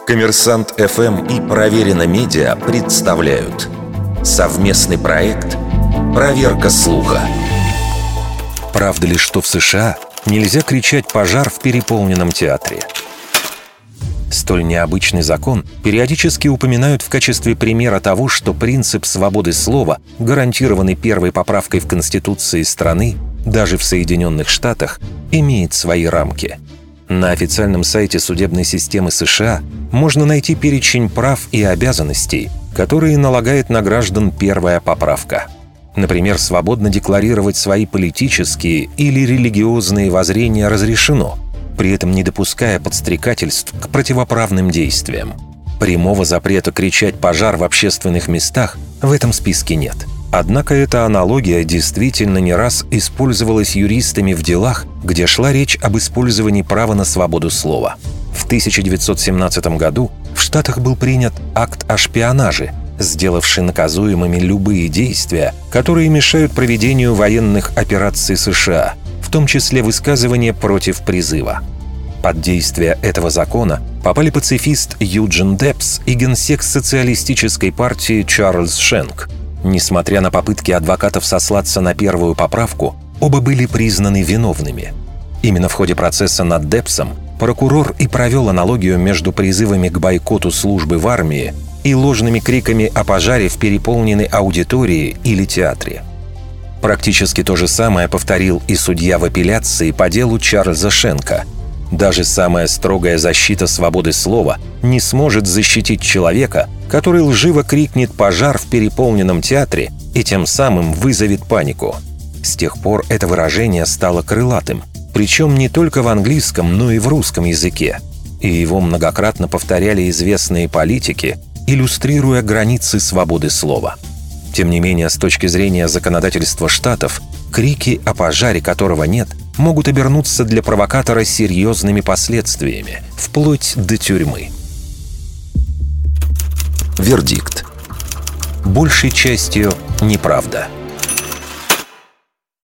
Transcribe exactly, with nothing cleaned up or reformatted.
Коммерсант эф эм и Проверено Медиа представляют совместный проект «Проверка слуха». Правда ли, что в США нельзя кричать «пожар» в переполненном театре? Столь необычный закон периодически упоминают в качестве примера того, что принцип свободы слова, гарантированный первой поправкой в Конституции страны, даже в Соединенных Штатах, имеет свои рамки. На официальном сайте судебной системы США можно найти перечень прав и обязанностей, которые налагает на граждан первая поправка. Например, свободно декларировать свои политические или религиозные воззрения разрешено, при этом не допуская подстрекательств к противоправным действиям. Прямого запрета кричать «пожар» в общественных местах в этом списке нет. Однако эта аналогия действительно не раз использовалась юристами в делах, где шла речь об использовании права на свободу слова. В тысяча девятьсот семнадцатом году в Штатах был принят акт о шпионаже, сделавший наказуемыми любые действия, которые мешают проведению военных операций США, в том числе высказывания против призыва. Под действие этого закона попали пацифист Юджин Депс и генсек социалистической партии Чарльз Шенк. Несмотря на попытки адвокатов сослаться на первую поправку, оба были признаны виновными. Именно в ходе процесса над Депсом прокурор и провел аналогию между призывами к бойкоту службы в армии и ложными криками о пожаре в переполненной аудитории или театре. Практически то же самое повторил и судья в апелляции по делу Чарльза Шенка. Даже самая строгая защита свободы слова не сможет защитить человека, который лживо крикнет «пожар» в переполненном театре и тем самым вызовет панику. С тех пор это выражение стало крылатым, причем не только в английском, но и в русском языке. И его многократно повторяли известные политики, иллюстрируя границы свободы слова. Тем не менее, с точки зрения законодательства штатов, крики о пожаре, которого нет, могут обернуться для провокатора серьезными последствиями, вплоть до тюрьмы. Вердикт. Большей частью неправда.